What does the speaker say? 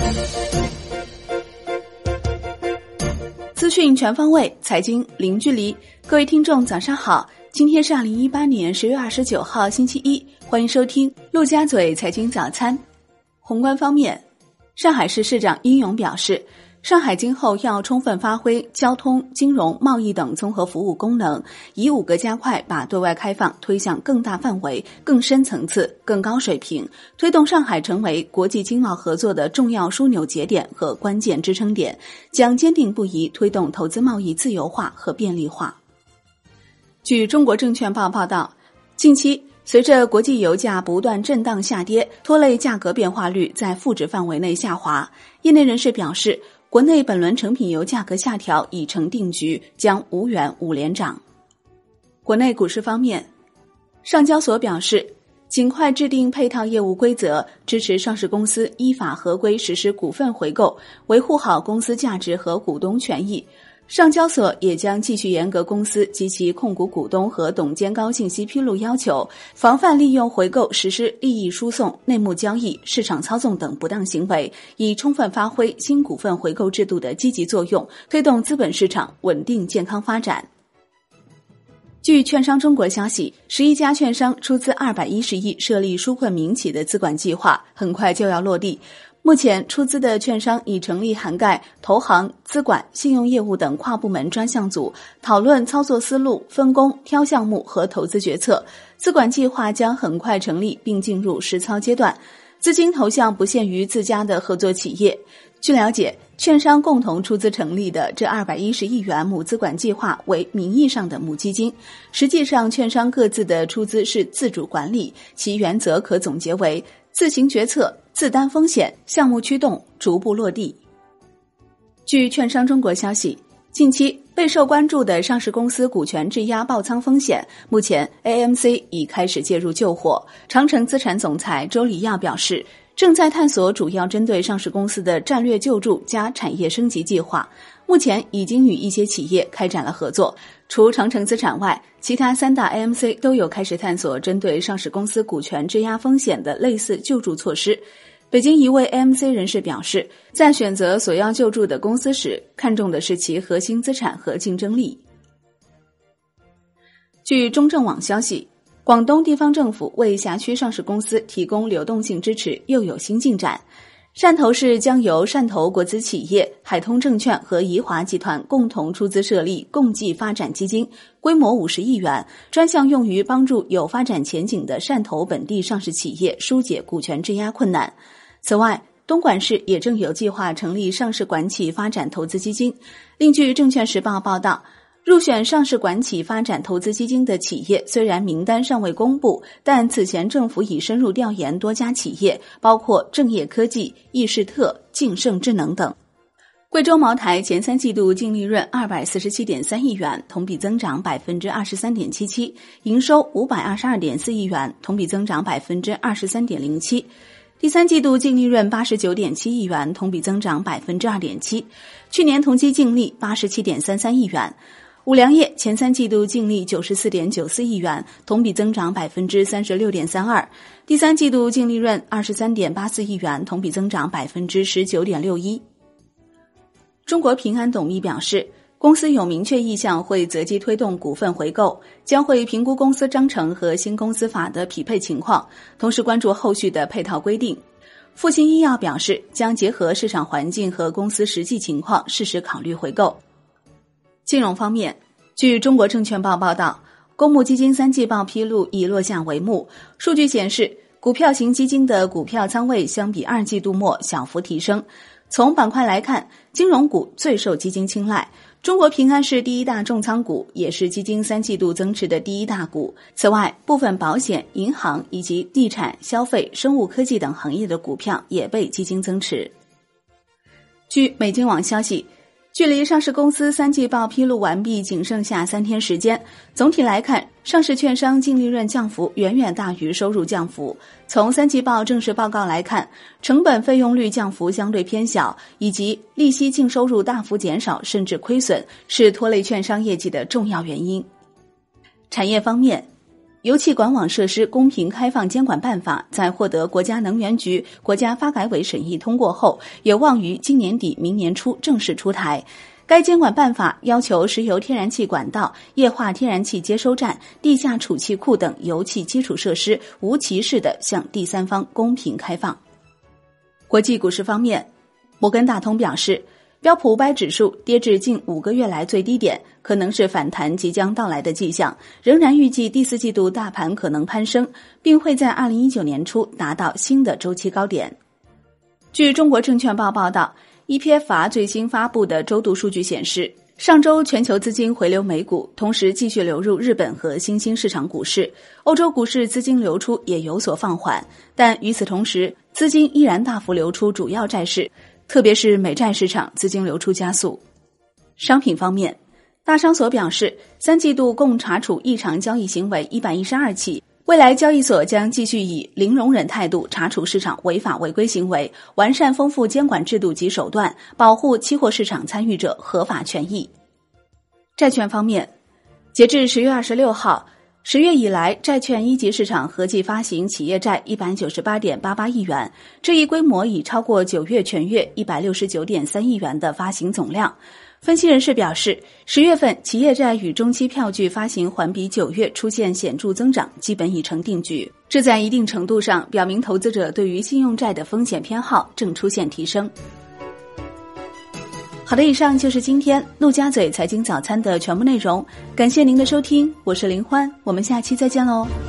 资讯全方位，财经零距离。各位听众早上好，今天是2018年10月29号星期一，欢迎收听陆家嘴财经早餐。宏观方面，上海市市长殷勇表示，上海今后要充分发挥交通、金融、贸易等综合服务功能，以5个加快把对外开放推向更大范围、更深层次、更高水平，推动上海成为国际经贸合作的重要枢纽节点和关键支撑点，将坚定不移推动投资贸易自由化和便利化。据中国证券报报道，近期随着国际油价不断震荡下跌，拖累价格变化率在负值范围内下滑。业内人士表示，国内本轮成品油价格下调已成定局，将无缘5连涨。国内股市方面，上交所表示，尽快制定配套业务规则，支持上市公司依法合规实施股份回购，维护好公司价值和股东权益。上交所也将继续严格公司及其控股股东和董监高信息披露要求，防范利用回购实施利益输送、内幕交易、市场操纵等不当行为，以充分发挥新股份回购制度的积极作用，推动资本市场稳定健康发展。据券商中国消息，11家券商出资210亿设立纾困民企的资管计划，很快就要落地。目前出资的券商已成立涵盖投行、资管、信用业务等跨部门专项组，讨论操作思路、分工、挑项目和投资决策。资管计划将很快成立并进入实操阶段，资金投向不限于自家的合作企业。据了解，券商共同出资成立的这210亿元母资管计划为名义上的母基金，实际上券商各自的出资是自主管理，其原则可总结为自行决策、自担风险、项目驱动、逐步落地。据券商中国消息，近期备受关注的上市公司股权质押爆仓风险，目前 AMC 已开始介入救火。长城资产总裁周礼耀表示，正在探索主要针对上市公司的战略救助加产业升级计划，目前已经与一些企业开展了合作。除长城资产外，其他3大 AMC 都有开始探索针对上市公司股权质押风险的类似救助措施。北京一位 AMC 人士表示，在选择所要救助的公司时，看重的是其核心资产和竞争力。据中证网消息，广东地方政府为辖区上市公司提供流动性支持又有新进展。汕头市将由汕头国资企业、海通证券和宜华集团共同出资设立共济发展基金，规模50亿元，专项用于帮助有发展前景的汕头本地上市企业疏解股权质押困难。此外，东莞市也正有计划成立上市管企发展投资基金。另据证券时报报道，入选上市管企发展投资基金的企业虽然名单尚未公布，但此前政府已深入调研多家企业，包括正业科技、易仕特、晋盛智能等。贵州茅台前3季度净利润247.3亿元，同比增长 23.77%， 营收 522.4 亿元，同比增长 23.07%。第3季度净利润 89.7 亿元，同比增长 2.7%， 去年同期净利 87.33 亿元。五粮液前3季度净利 94.94 亿元，同比增长 36.32%， 第3季度净利润 23.84 亿元，同比增长 19.61%。中国平安董秘表示，公司有明确意向会择机推动股份回购，将会评估公司章程和新公司法的匹配情况，同时关注后续的配套规定。复星医药表示，将结合市场环境和公司实际情况，适时考虑回购。金融方面，据中国证券报报道，公募基金3季报披露已落下帷幕。数据显示，股票型基金的股票仓位相比2季度末小幅提升。从板块来看，金融股最受基金青睐。中国平安是第一大重仓股，也是基金3季度增持的第一大股。此外，部分保险、银行以及地产、消费、生物科技等行业的股票也被基金增持。据美金网消息，距离上市公司3季报披露完毕仅剩下3天时间。总体来看，上市券商净利润降幅远远大于收入降幅。从3季报正式报告来看，成本费用率降幅相对偏小，以及利息净收入大幅减少甚至亏损，是拖累券商业绩的重要原因。产业方面， 油气管网设施公平开放监管办法在获得国家能源局、国家发改委审议通过后，有望于今年底明年初正式出台。该监管办法要求石油天然气管道、液化天然气接收站、地下储气库等油气基础设施无歧视地向第三方公平开放。国际股市方面，摩根大通表示，标普500指数跌至近5个月来最低点，可能是反弹即将到来的迹象，仍然预计第4季度大盘可能攀升，并会在2019年初达到新的周期高点。据中国证券报报道，EPFR 最新发布的周度数据显示，上周全球资金回流美股，同时继续流入日本和新兴市场股市。欧洲股市资金流出也有所放缓，但与此同时，资金依然大幅流出主要债市，特别是美债市场资金流出加速。商品方面，大商所表示，3季度共查处异常交易行为112起，未来交易所将继续以零容忍态度查处市场违法违规行为，完善丰富监管制度及手段，保护期货市场参与者合法权益。债券方面，截至10月26号，10月以来债券一级市场合计发行企业债198.88亿元，这一规模已超过9月全月169.3亿元的发行总量。分析人士表示，10月份企业债与中期票据发行环比9月出现显著增长，基本已成定局。这在一定程度上表明投资者对于信用债的风险偏好正出现提升。好的，以上就是今天陆家嘴财经早餐的全部内容，感谢您的收听，我是林欢，我们下期再见喽。